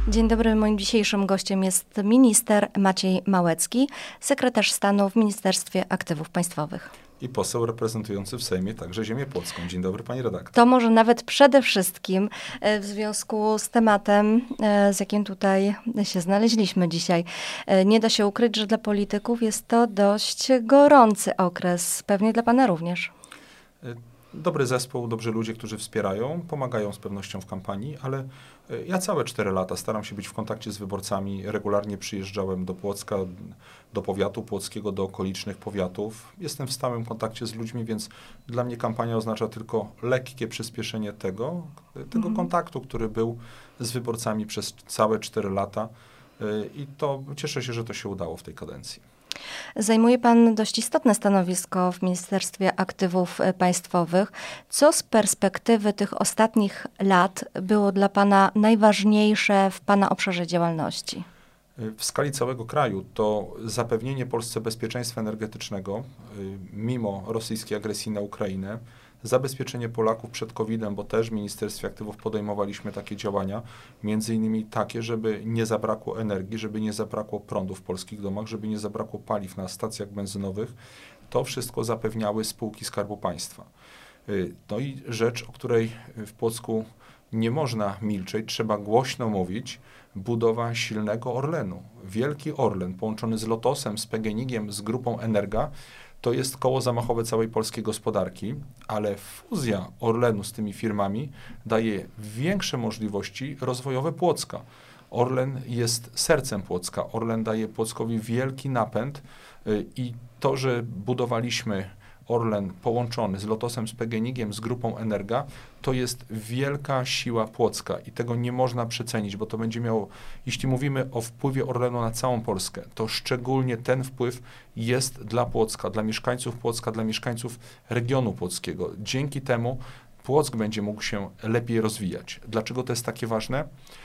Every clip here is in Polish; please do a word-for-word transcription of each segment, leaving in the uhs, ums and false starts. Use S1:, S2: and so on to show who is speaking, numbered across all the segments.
S1: Dzień dobry, moim dzisiejszym gościem jest minister Maciej Małecki, sekretarz stanu w Ministerstwie Aktywów Państwowych.
S2: I poseł reprezentujący w Sejmie także ziemię płocką. Dzień dobry, pani redaktor.
S1: To może nawet przede wszystkim w związku z tematem, z jakim tutaj się znaleźliśmy dzisiaj. Nie da się ukryć, że dla polityków jest to dość gorący okres, pewnie dla pana również.
S2: Dobry zespół, dobrzy ludzie, którzy wspierają, pomagają z pewnością w kampanii, ale ja całe cztery lata staram się być w kontakcie z wyborcami. Regularnie przyjeżdżałem do Płocka, do powiatu płockiego, do okolicznych powiatów. Jestem w stałym kontakcie z ludźmi, więc dla mnie kampania oznacza tylko lekkie przyspieszenie tego, tego mhm. kontaktu, który był z wyborcami przez całe cztery lata. I to cieszę się, że to się udało w tej kadencji.
S1: Zajmuje pan dość istotne stanowisko w Ministerstwie Aktywów Państwowych. Co z perspektywy tych ostatnich lat było dla pana najważniejsze w pana obszarze działalności?
S2: W skali całego kraju to zapewnienie Polsce bezpieczeństwa energetycznego mimo rosyjskiej agresji na Ukrainę, zabezpieczenie Polaków przed kowidem, bo też w Ministerstwie Aktywów podejmowaliśmy takie działania, między innymi takie, żeby nie zabrakło energii, żeby nie zabrakło prądu w polskich domach, żeby nie zabrakło paliw na stacjach benzynowych. To wszystko zapewniały spółki Skarbu Państwa. No i rzecz, o której w Płocku nie można milczeć, trzeba głośno mówić, budowa silnego Orlenu. Wielki Orlen połączony z Lotosem, z P G N I G-iem, z grupą Energa, to jest koło zamachowe całej polskiej gospodarki, ale fuzja Orlenu z tymi firmami daje większe możliwości rozwojowe Płocka. Orlen jest sercem Płocka. Orlen daje Płockowi wielki napęd i to, że budowaliśmy Orlen połączony z Lotosem, z P G N I G-iem, z grupą Energa, to jest wielka siła Płocka i tego nie można przecenić, bo to będzie miało, jeśli mówimy o wpływie Orlenu na całą Polskę, to szczególnie ten wpływ jest dla Płocka, dla mieszkańców Płocka, dla mieszkańców regionu płockiego. Dzięki temu Płock będzie mógł się lepiej rozwijać. Dlaczego to jest takie ważne?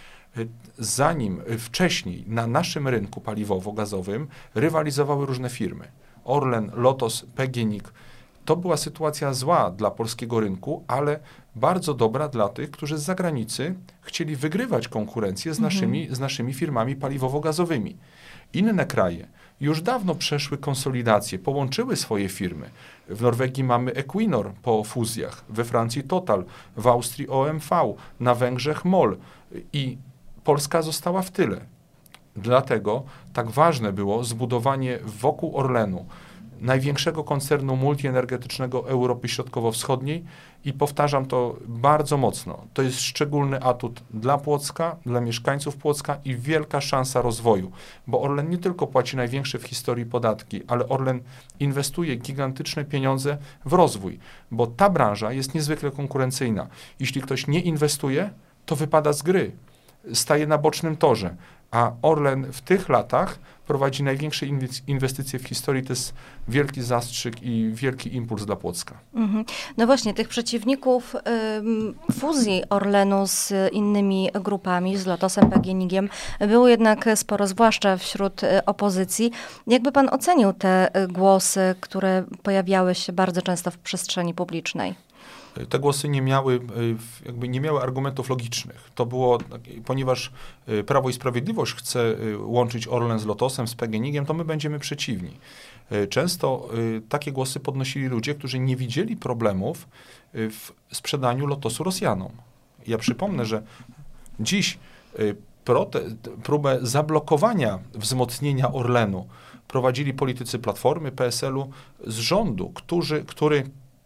S2: Zanim wcześniej na naszym rynku paliwowo-gazowym rywalizowały różne firmy. Orlen, Lotos, P G N I G. To była sytuacja zła dla polskiego rynku, ale bardzo dobra dla tych, którzy z zagranicy chcieli wygrywać konkurencję z naszymi, mhm. z naszymi firmami paliwowo-gazowymi. Inne kraje już dawno przeszły konsolidację, połączyły swoje firmy. W Norwegii mamy Equinor po fuzjach, we Francji Total, w Austrii O M V, na Węgrzech MOL i Polska została w tyle. Dlatego tak ważne było zbudowanie wokół Orlenu największego koncernu multienergetycznego Europy Środkowo-Wschodniej i powtarzam to bardzo mocno. To jest szczególny atut dla Płocka, dla mieszkańców Płocka i wielka szansa rozwoju, bo Orlen nie tylko płaci największe w historii podatki, ale Orlen inwestuje gigantyczne pieniądze w rozwój, bo ta branża jest niezwykle konkurencyjna. Jeśli ktoś nie inwestuje, to wypada z gry, staje na bocznym torze. A Orlen w tych latach prowadzi największe inwestycje w historii. To jest wielki zastrzyk i wielki impuls dla Płocka.
S1: Mhm. No właśnie, tych przeciwników y, fuzji Orlenu z innymi grupami, z Lotosem, P G N I G-iem, było jednak sporo, zwłaszcza wśród y, opozycji. Jakby pan ocenił te y, głosy, które pojawiały się bardzo często w przestrzeni publicznej?
S2: Te głosy nie miały, jakby nie miały argumentów logicznych. To było, ponieważ Prawo i Sprawiedliwość chce łączyć Orlen z Lotosem, z P G N I G-iem, to my będziemy przeciwni. Często takie głosy podnosili ludzie, którzy nie widzieli problemów w sprzedaniu Lotosu Rosjanom. Ja przypomnę, że dziś prote- próbę zablokowania wzmocnienia Orlenu prowadzili politycy Platformy, P S L u z rządu, którzy, który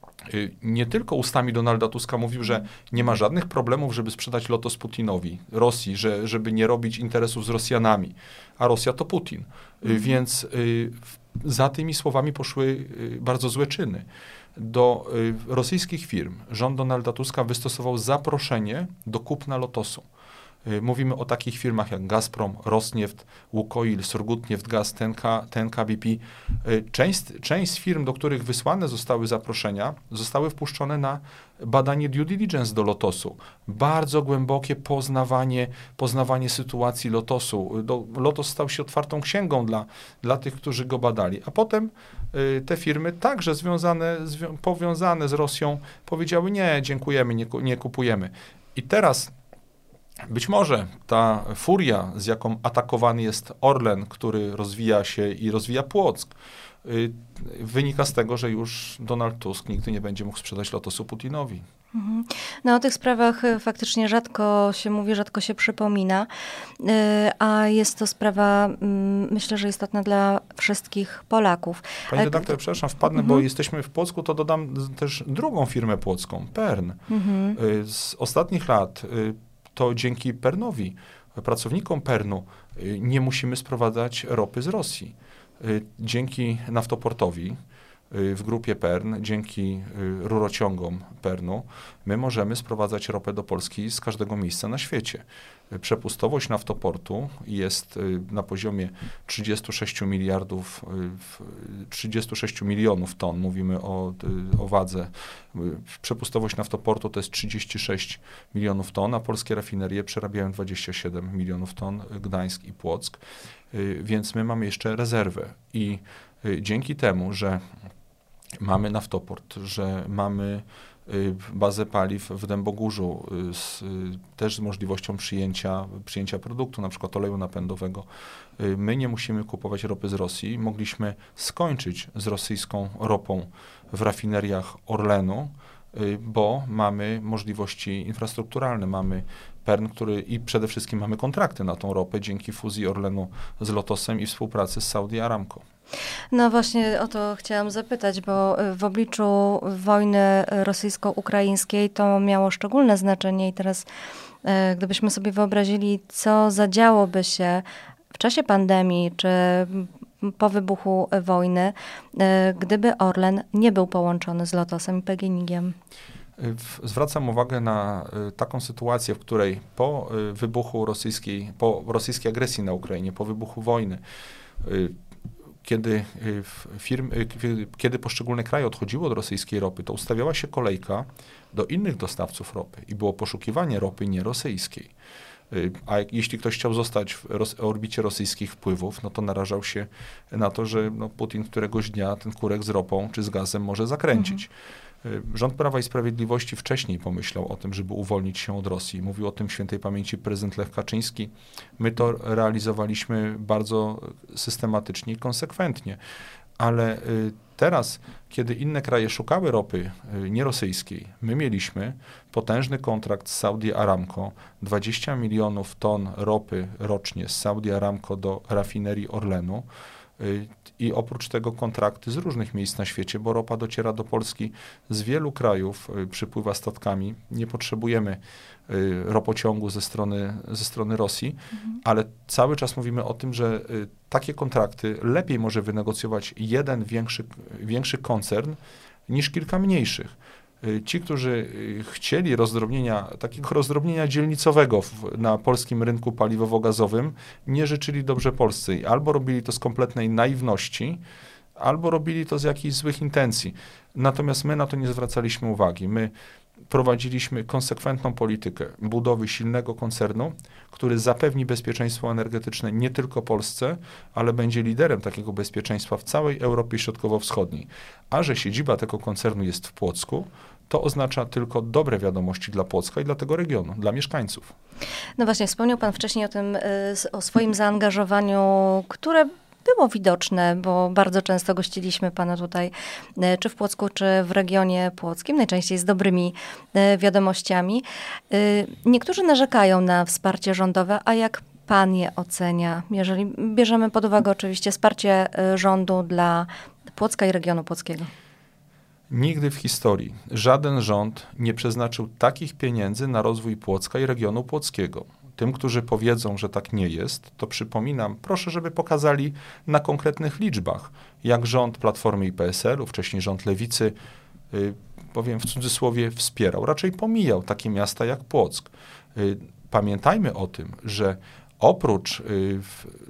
S2: nie tylko ustami Donalda Tuska mówił, że nie ma żadnych problemów, żeby sprzedać Lotos Putinowi, Rosji, że, żeby nie robić interesów z Rosjanami, a Rosja to Putin. Mhm. Więc y, za tymi słowami poszły y, bardzo złe czyny. Do y, rosyjskich firm rząd Donalda Tuska wystosował zaproszenie do kupna Lotosu. Mówimy o takich firmach jak Gazprom, Rosnieft, Łukoil, Surgutnieftgaz, T N K, T N K B P. Część, część z firm, do których wysłane zostały zaproszenia, zostały wpuszczone na badanie due diligence do Lotosu. Bardzo głębokie poznawanie, poznawanie sytuacji Lotosu. Do, Lotos stał się otwartą księgą dla, dla tych, którzy go badali. A potem y, te firmy także związane, zwią, powiązane z Rosją powiedziały: nie, dziękujemy, nie, nie kupujemy. I teraz być może ta furia, z jaką atakowany jest Orlen, który rozwija się i rozwija Płock, y, wynika z tego, że już Donald Tusk nigdy nie będzie mógł sprzedać Lotosu Putinowi.
S1: Mhm. No o tych sprawach faktycznie rzadko się mówi, rzadko się przypomina, a jest to sprawa, myślę, że istotna dla wszystkich Polaków.
S2: Pani redaktor, przepraszam, wpadnę,
S1: mhm.
S2: bo jesteśmy w Płocku, to dodam też drugą firmę płocką, Pern.
S1: Mhm.
S2: Z ostatnich lat to dzięki Pernowi, pracownikom Pernu, nie musimy sprowadzać ropy z Rosji. Dzięki naftoportowi w grupie Pern, dzięki rurociągom Pernu, my możemy sprowadzać ropę do Polski z każdego miejsca na świecie. Przepustowość naftoportu jest na poziomie trzydziestu sześciu miliardów, trzydziestu sześciu milionów ton, mówimy o, o wadze. Przepustowość naftoportu to jest trzydzieści sześć milionów ton, a polskie rafinerie przerabiają dwadzieścia siedem milionów ton, Gdańsk i Płock, więc my mamy jeszcze rezerwę i dzięki temu, że mamy naftoport, że mamy bazę paliw w Dębogórzu, z, też z możliwością przyjęcia, przyjęcia produktu, na przykład oleju napędowego. My nie musimy kupować ropy z Rosji. Mogliśmy skończyć z rosyjską ropą w rafineriach Orlenu, bo mamy możliwości infrastrukturalne, mamy Pern, który i przede wszystkim mamy kontrakty na tą ropę dzięki fuzji Orlenu z Lotosem i współpracy z Saudi Aramco.
S1: No właśnie o to chciałam zapytać, bo w obliczu wojny rosyjsko-ukraińskiej to miało szczególne znaczenie i teraz gdybyśmy sobie wyobrazili, co zadziałoby się w czasie pandemii czy po wybuchu wojny, gdyby Orlen nie był połączony z Lotosem i P G N I G-iem.
S2: Zwracam uwagę na taką sytuację, w której po wybuchu rosyjskiej, po rosyjskiej agresji na Ukrainie, po wybuchu wojny, kiedy, firmy, kiedy poszczególne kraje odchodziły od rosyjskiej ropy, to ustawiała się kolejka do innych dostawców ropy i było poszukiwanie ropy nierosyjskiej. A jeśli ktoś chciał zostać w ros- orbicie rosyjskich wpływów, no to narażał się na to, że no, Putin któregoś dnia ten kurek z ropą czy z gazem może zakręcić. Mhm. Rząd Prawa i Sprawiedliwości wcześniej pomyślał o tym, żeby uwolnić się od Rosji. Mówił o tym świętej pamięci prezydent Lech Kaczyński. My to realizowaliśmy bardzo systematycznie i konsekwentnie. Ale teraz, kiedy inne kraje szukały ropy nierosyjskiej, my mieliśmy potężny kontrakt z Saudi Aramco, dwadzieścia milionów ton ropy rocznie z Saudi Aramco do rafinerii Orlenu. I oprócz tego kontrakty z różnych miejsc na świecie, bo ropa dociera do Polski z wielu krajów, przypływa statkami. Nie potrzebujemy ropociągu ze strony, ze strony Rosji, mhm. ale cały czas mówimy o tym, że takie kontrakty lepiej może wynegocjować jeden większy, większy koncern niż kilka mniejszych. Ci, którzy chcieli rozdrobnienia, takiego rozdrobnienia dzielnicowego w, na polskim rynku paliwowo-gazowym, nie życzyli dobrze Polsce. Albo robili to z kompletnej naiwności, albo robili to z jakichś złych intencji. Natomiast my na to nie zwracaliśmy uwagi. My prowadziliśmy konsekwentną politykę budowy silnego koncernu, który zapewni bezpieczeństwo energetyczne nie tylko Polsce, ale będzie liderem takiego bezpieczeństwa w całej Europie Środkowo-Wschodniej. A że siedziba tego koncernu jest w Płocku, to oznacza tylko dobre wiadomości dla Płocka i dla tego regionu, dla mieszkańców.
S1: No właśnie, wspomniał Pan wcześniej o tym, o swoim zaangażowaniu, które było widoczne, bo bardzo często gościliśmy Pana tutaj, czy w Płocku, czy w regionie płockim, najczęściej z dobrymi wiadomościami. Niektórzy narzekają na wsparcie rządowe, a jak Pan je ocenia, jeżeli bierzemy pod uwagę oczywiście wsparcie rządu dla Płocka i regionu płockiego?
S2: Nigdy w historii żaden rząd nie przeznaczył takich pieniędzy na rozwój Płocka i regionu płockiego. Tym, którzy powiedzą, że tak nie jest, to przypominam, proszę, żeby pokazali na konkretnych liczbach, jak rząd Platformy i P S L u, wcześniej rząd Lewicy, y, powiem w cudzysłowie, wspierał, raczej pomijał takie miasta jak Płock. Y, pamiętajmy o tym, że oprócz y,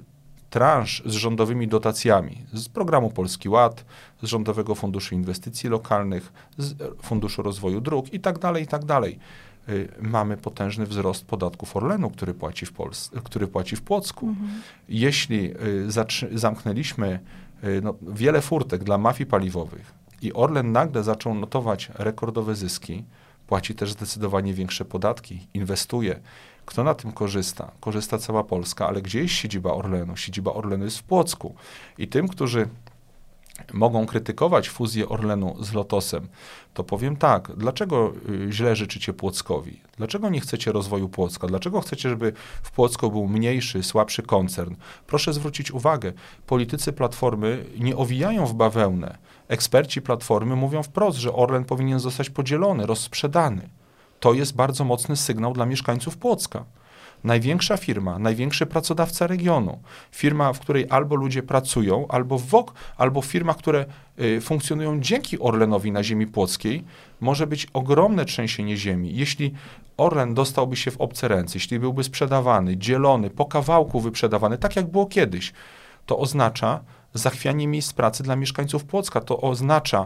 S2: transz z rządowymi dotacjami z programu Polski Ład, z Rządowego Funduszu Inwestycji Lokalnych, z Funduszu Rozwoju Dróg i tak dalej, i tak dalej. Mamy potężny wzrost podatków Orlenu, który płaci w, Pols- który płaci w Płocku. Mhm. Jeśli zatrzy- zamknęliśmy no, wiele furtek dla mafii paliwowych i Orlen nagle zaczął notować rekordowe zyski, płaci też zdecydowanie większe podatki, inwestuje. Kto na tym korzysta? Korzysta cała Polska, ale gdzie jest siedziba Orlenu? Siedziba Orlenu jest w Płocku. I tym, którzy mogą krytykować fuzję Orlenu z Lotosem, to powiem tak, dlaczego źle życzycie Płockowi? Dlaczego nie chcecie rozwoju Płocka? Dlaczego chcecie, żeby w Płocku był mniejszy, słabszy koncern? Proszę zwrócić uwagę, politycy Platformy nie owijają w bawełnę. Eksperci Platformy mówią wprost, że Orlen powinien zostać podzielony, rozsprzedany. To jest bardzo mocny sygnał dla mieszkańców Płocka. Największa firma, największy pracodawca regionu, firma, w której albo ludzie pracują, albo w W O K, albo firma, które y, funkcjonują dzięki Orlenowi na ziemi płockiej, może być ogromne trzęsienie ziemi. Jeśli Orlen dostałby się w obce ręce, jeśli byłby sprzedawany, dzielony, po kawałku wyprzedawany, tak jak było kiedyś, to oznacza zachwianie miejsc pracy dla mieszkańców Płocka, to oznacza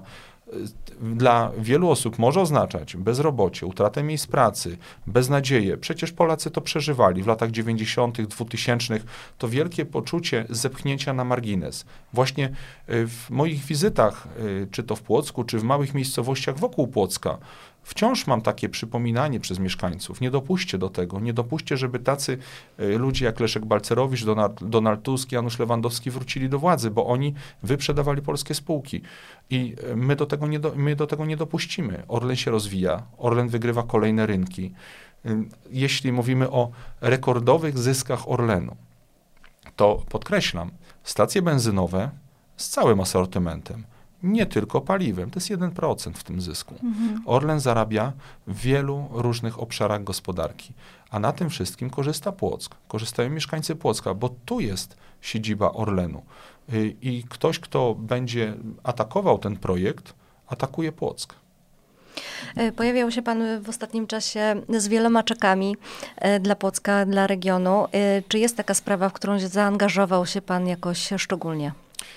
S2: dla wielu osób może oznaczać bezrobocie, utratę miejsc pracy, beznadzieję. Przecież Polacy to przeżywali w latach dziewięćdziesiątych, dwutysięcznych. To wielkie poczucie zepchnięcia na margines. Właśnie w moich wizytach, czy to w Płocku, czy w małych miejscowościach wokół Płocka, wciąż mam takie przypominanie przez mieszkańców. Nie dopuśćcie do tego. Nie dopuśćcie, żeby tacy ludzie jak Leszek Balcerowicz, Donald, Donald Tusk, Janusz Lewandowski wrócili do władzy, bo oni wyprzedawali polskie spółki. I my do tego nie, do, my do tego nie dopuścimy. Orlen się rozwija. Orlen wygrywa kolejne rynki. Jeśli mówimy o rekordowych zyskach Orlenu, to podkreślam, stacje benzynowe z całym asortymentem, nie tylko paliwem, to jest jeden procent w tym zysku. Mhm. Orlen zarabia w wielu różnych obszarach gospodarki, a na tym wszystkim korzysta Płock, korzystają mieszkańcy Płocka, bo tu jest siedziba Orlenu. I ktoś, kto będzie atakował ten projekt, atakuje Płock.
S1: Pojawiał się pan w ostatnim czasie z wieloma czekami dla Płocka, dla regionu. Czy jest taka sprawa, w którą zaangażował się pan jakoś szczególnie?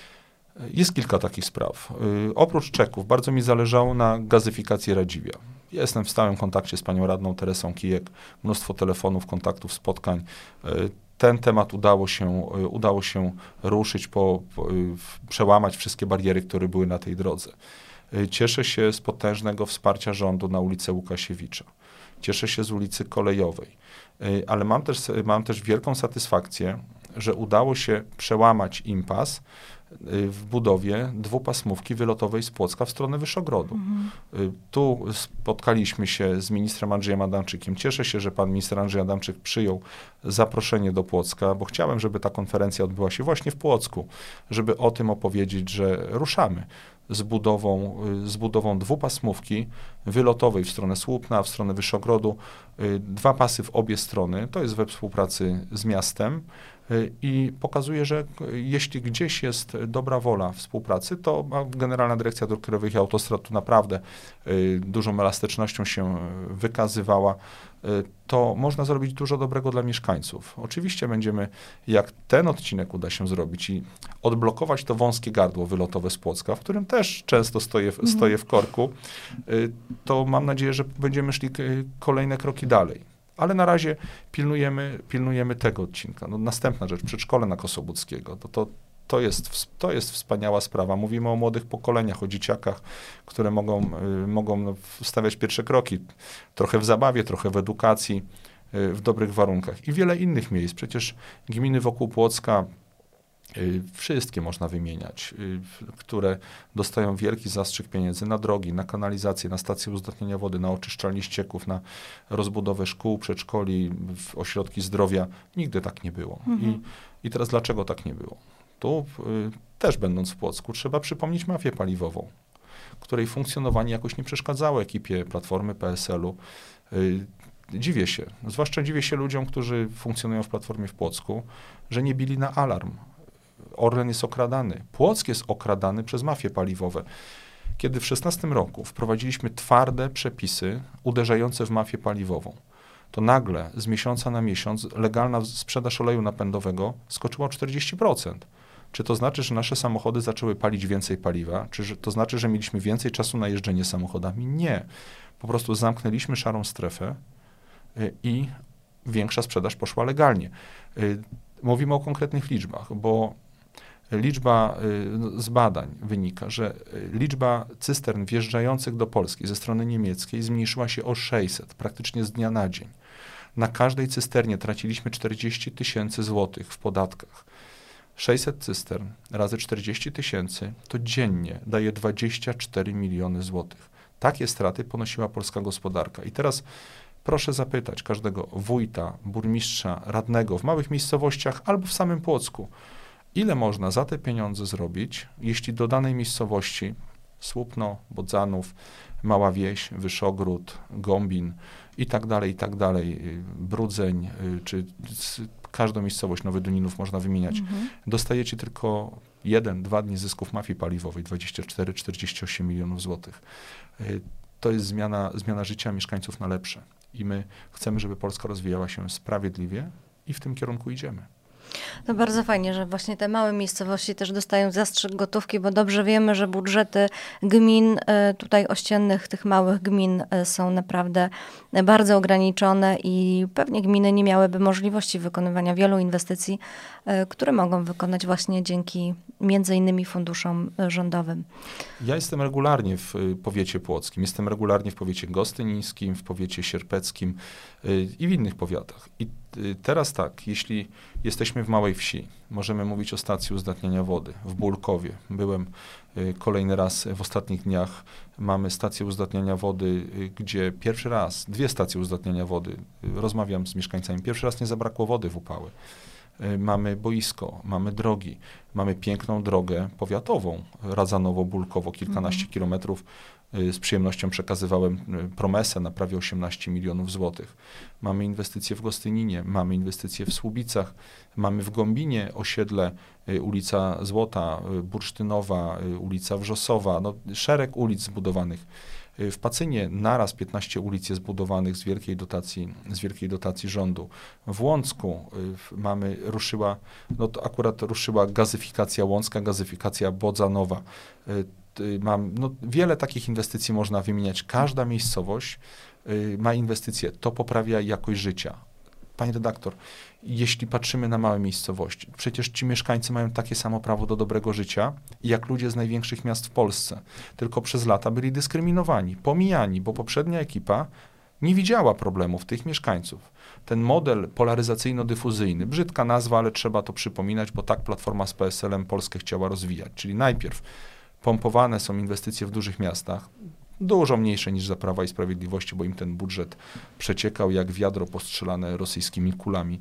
S2: Jest kilka takich spraw. Yy, oprócz czeków bardzo mi zależało na gazyfikacji Radziwia. Ja jestem w stałym kontakcie z panią radną Teresą Kijek, mnóstwo telefonów, kontaktów, spotkań. Yy, ten temat udało się, yy, udało się ruszyć, po, po, yy, przełamać wszystkie bariery, które były na tej drodze. Yy, cieszę się z potężnego wsparcia rządu na ulicę Łukasiewicza. Cieszę się z ulicy Kolejowej. Yy, ale mam też, mam też wielką satysfakcję, że udało się przełamać impas w budowie dwupasmówki wylotowej z Płocka w stronę Wyszogrodu. Mhm. Tu spotkaliśmy się z ministrem Andrzejem Adamczykiem. Cieszę się, że pan minister Andrzej Adamczyk przyjął zaproszenie do Płocka, bo chciałem, żeby ta konferencja odbyła się właśnie w Płocku, żeby o tym opowiedzieć, że ruszamy z budową, z budową dwupasmówki wylotowej w stronę Słupna, w stronę Wyszogrodu. Dwa pasy w obie strony. To jest we współpracy z miastem. I pokazuje, że jeśli gdzieś jest dobra wola współpracy, to Generalna Dyrekcja Dróg Krajowych i Autostrad tu naprawdę y, dużą elastycznością się wykazywała. Y, to można zrobić dużo dobrego dla mieszkańców. Oczywiście będziemy, jak ten odcinek uda się zrobić i odblokować to wąskie gardło wylotowe z Płocka, w którym też często stoję, mhm. stoję w korku, y, to mam nadzieję, że będziemy szli kolejne kroki dalej. Ale na razie pilnujemy, pilnujemy tego odcinka. No, następna rzecz, przedszkole na Kosobuckiego. To, to, to, jest, to jest wspaniała sprawa. Mówimy o młodych pokoleniach, o dzieciakach, które mogą, y, mogą no, stawiać pierwsze kroki. Trochę w zabawie, trochę w edukacji, y, w dobrych warunkach. I wiele innych miejsc. Przecież gminy wokół Płocka, y, wszystkie można wymieniać, y, które dostają wielki zastrzyk pieniędzy na drogi, na kanalizację, na stacje uzdatniania wody, na oczyszczalnie ścieków, na rozbudowę szkół, przedszkoli, ośrodki zdrowia. Nigdy tak nie było. Mhm. I, I teraz dlaczego tak nie było? Tu y, też będąc w Płocku trzeba przypomnieć mafię paliwową, której funkcjonowanie jakoś nie przeszkadzało ekipie Platformy, P S L u. Y, dziwię się, zwłaszcza dziwię się ludziom, którzy funkcjonują w Platformie w Płocku, że nie bili na alarm. Orlen jest okradany. Płock jest okradany przez mafie paliwowe. Kiedy w szesnastym roku wprowadziliśmy twarde przepisy uderzające w mafię paliwową, to nagle z miesiąca na miesiąc legalna sprzedaż oleju napędowego skoczyła o czterdzieści procent. Czy to znaczy, że nasze samochody zaczęły palić więcej paliwa? Czy że to znaczy, że mieliśmy więcej czasu na jeżdżenie samochodami? Nie. Po prostu zamknęliśmy szarą strefę y, i większa sprzedaż poszła legalnie. Y, mówimy o konkretnych liczbach, bo liczba y, z badań wynika, że y, liczba cystern wjeżdżających do Polski ze strony niemieckiej zmniejszyła się o sześćset, praktycznie z dnia na dzień. Na każdej cysternie traciliśmy czterdzieści tysięcy złotych w podatkach. sześćset cystern razy czterdzieści tysięcy to dziennie daje dwadzieścia cztery miliony złotych. Takie straty ponosiła polska gospodarka. I teraz proszę zapytać każdego wójta, burmistrza, radnego w małych miejscowościach albo w samym Płocku, ile można za te pieniądze zrobić, jeśli do danej miejscowości Słupno, Bodzanów, Mała Wieś, Wyszogród, Gombin i tak dalej, i tak dalej, Brudzeń, czy każdą miejscowość, Nowy Duninów można wymieniać, mhm. dostajecie tylko jeden, dwa dni zysków mafii paliwowej, dwadzieścia cztery, czterdzieści osiem milionów złotych. To jest zmiana, zmiana życia mieszkańców na lepsze. I my chcemy, żeby Polska rozwijała się sprawiedliwie i w tym kierunku idziemy.
S1: No bardzo fajnie, że właśnie te małe miejscowości też dostają zastrzyk gotówki, bo dobrze wiemy, że budżety gmin tutaj ościennych, tych małych gmin są naprawdę bardzo ograniczone i pewnie gminy nie miałyby możliwości wykonywania wielu inwestycji, które mogą wykonać właśnie dzięki między innymi funduszom rządowym.
S2: Ja jestem regularnie w powiecie płockim, jestem regularnie w powiecie gostynińskim, w powiecie sierpeckim i w innych powiatach. I teraz tak, jeśli jesteśmy w małej wsi, możemy mówić o stacji uzdatniania wody w Bulkowie. Byłem kolejny raz w ostatnich dniach. Mamy stację uzdatniania wody, gdzie pierwszy raz, dwie stacje uzdatniania wody, rozmawiam z mieszkańcami, pierwszy raz nie zabrakło wody w upały. Mamy boisko, mamy drogi, mamy piękną drogę powiatową, Radzanowo-Bulkowo, kilkanaście mhm. kilometrów. Z przyjemnością przekazywałem promesę na prawie osiemnaście milionów złotych. Mamy inwestycje w Gostyninie, mamy inwestycje w Słubicach, mamy w Gombinie osiedle, ulica Złota, Bursztynowa, ulica Wrzosowa, no, szereg ulic zbudowanych. W Pacynie naraz piętnaście ulic jest budowanych z wielkiej dotacji, z wielkiej dotacji rządu. W Łącku mamy, ruszyła, no to akurat ruszyła gazyfikacja Łącka, gazyfikacja Bodzanowa. Mam, no, wiele takich inwestycji można wymieniać. Każda miejscowość y, ma inwestycje. To poprawia jakość życia. Pani redaktor, jeśli patrzymy na małe miejscowości, przecież ci mieszkańcy mają takie samo prawo do dobrego życia, jak ludzie z największych miast w Polsce. Tylko przez lata byli dyskryminowani, pomijani, bo poprzednia ekipa nie widziała problemów tych mieszkańców. Ten model polaryzacyjno-dyfuzyjny, brzydka nazwa, ale trzeba to przypominać, bo tak Platforma z P S L-em Polskę chciała rozwijać. Czyli najpierw pompowane są inwestycje w dużych miastach, dużo mniejsze niż za Prawa i Sprawiedliwości, bo im ten budżet przeciekał jak wiadro postrzelane rosyjskimi kulami.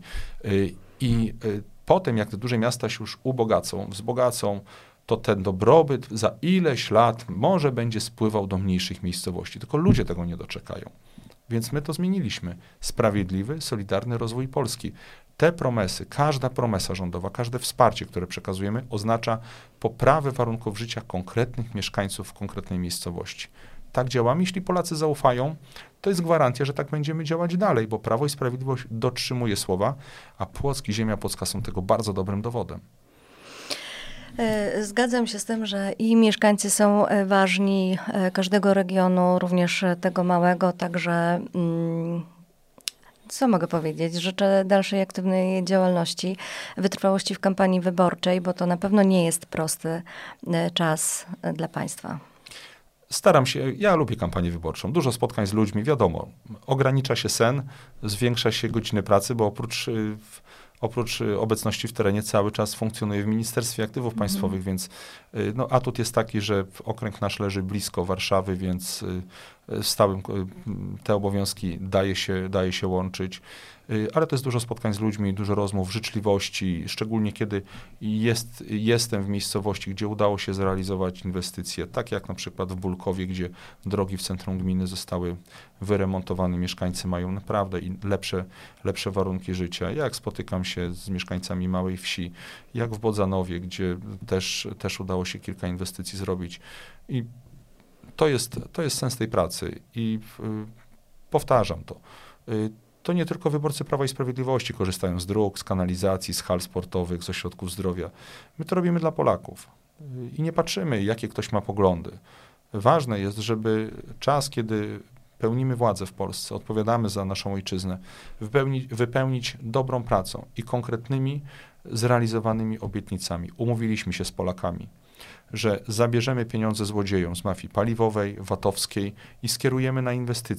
S2: I potem, jak te duże miasta się już ubogacą, wzbogacą, to ten dobrobyt za ileś lat może będzie spływał do mniejszych miejscowości. Tylko ludzie tego nie doczekają. Więc my to zmieniliśmy. Sprawiedliwy, solidarny rozwój Polski. Te promesy, każda promesa rządowa, każde wsparcie, które przekazujemy, oznacza poprawę warunków życia konkretnych mieszkańców w konkretnej miejscowości. Tak działamy. Jeśli Polacy zaufają, to jest gwarancja, że tak będziemy działać dalej, bo Prawo i Sprawiedliwość dotrzymuje słowa, a Płock i ziemia płocka są tego bardzo dobrym dowodem.
S1: Zgadzam się z tym, że i mieszkańcy są ważni każdego regionu, również tego małego, także co mogę powiedzieć? Życzę dalszej aktywnej działalności, wytrwałości w kampanii wyborczej, bo to na pewno nie jest prosty czas dla państwa.
S2: Staram się, ja lubię kampanię wyborczą, dużo spotkań z ludźmi, wiadomo, ogranicza się sen, zwiększa się godziny pracy, bo oprócz Oprócz obecności w terenie cały czas funkcjonuje w Ministerstwie Aktywów mm. Państwowych, więc no, atut jest taki, że okręg nasz leży blisko Warszawy, więc stałym te obowiązki daje się, daje się łączyć. Ale to jest dużo spotkań z ludźmi, dużo rozmów, życzliwości, szczególnie kiedy jest, jestem w miejscowości, gdzie udało się zrealizować inwestycje, tak jak na przykład w Bulkowie, gdzie drogi w centrum gminy zostały wyremontowane, mieszkańcy mają naprawdę lepsze, lepsze warunki życia. Jak spotykam się z mieszkańcami małej wsi, jak w Bodzanowie, gdzie też, też udało się kilka inwestycji zrobić. I to jest, to jest sens tej pracy i y, powtarzam to. Y, To nie tylko wyborcy Prawa i Sprawiedliwości korzystają z dróg, z kanalizacji, z hal sportowych, z ośrodków zdrowia. My to robimy dla Polaków i nie patrzymy, jakie ktoś ma poglądy. Ważne jest, żeby czas, kiedy pełnimy władzę w Polsce, odpowiadamy za naszą ojczyznę, wypełnić, wypełnić dobrą pracą i konkretnymi, zrealizowanymi obietnicami. Umówiliśmy się z Polakami, że zabierzemy pieniądze złodziejom z mafii paliwowej, vatowskiej i skierujemy na inwestycje.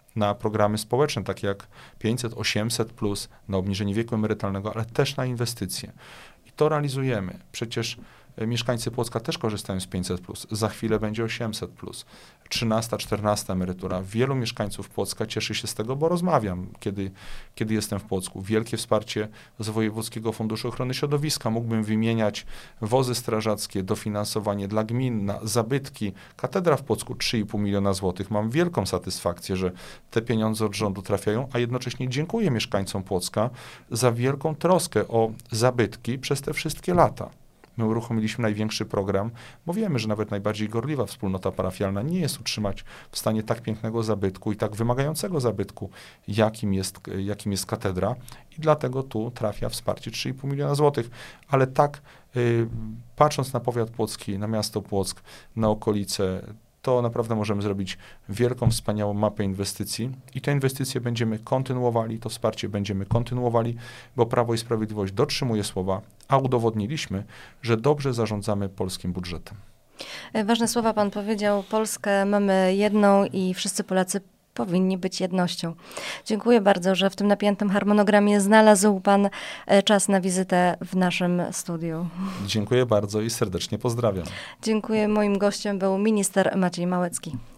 S2: na programy społeczne, takie jak pięćset, osiemset plus, na obniżenie wieku emerytalnego, ale też na inwestycje. I to realizujemy. Przecież mieszkańcy Płocka też korzystają z pięćset plus. Za chwilę będzie osiemset plus. trzynasta, czternasta emerytura. Wielu mieszkańców Płocka cieszy się z tego, bo rozmawiam, kiedy, kiedy jestem w Płocku. Wielkie wsparcie z Wojewódzkiego Funduszu Ochrony Środowiska. Mógłbym wymieniać wozy strażackie, dofinansowanie dla gmin na zabytki. Katedra w Płocku trzy i pół miliona złotych. Mam wielką satysfakcję, że te pieniądze od rządu trafiają, a jednocześnie dziękuję mieszkańcom Płocka za wielką troskę o zabytki przez te wszystkie lata. My uruchomiliśmy największy program, bo wiemy, że nawet najbardziej gorliwa wspólnota parafialna nie jest utrzymać w stanie tak pięknego zabytku i tak wymagającego zabytku, jakim jest, jakim jest katedra, i dlatego tu trafia wsparcie trzy i pół miliona złotych. Ale tak, y, patrząc na powiat płocki, na miasto Płock, na okolice, to naprawdę możemy zrobić wielką, wspaniałą mapę inwestycji i te inwestycje będziemy kontynuowali, to wsparcie będziemy kontynuowali, bo Prawo i Sprawiedliwość dotrzymuje słowa, a udowodniliśmy, że dobrze zarządzamy polskim budżetem.
S1: Ważne słowa pan powiedział. Polskę mamy jedną i wszyscy Polacy powinni być jednością. Dziękuję bardzo, że w tym napiętym harmonogramie znalazł pan czas na wizytę w naszym studiu.
S2: Dziękuję bardzo i serdecznie pozdrawiam.
S1: Dziękuję. Moim gościem był minister Maciej Małecki.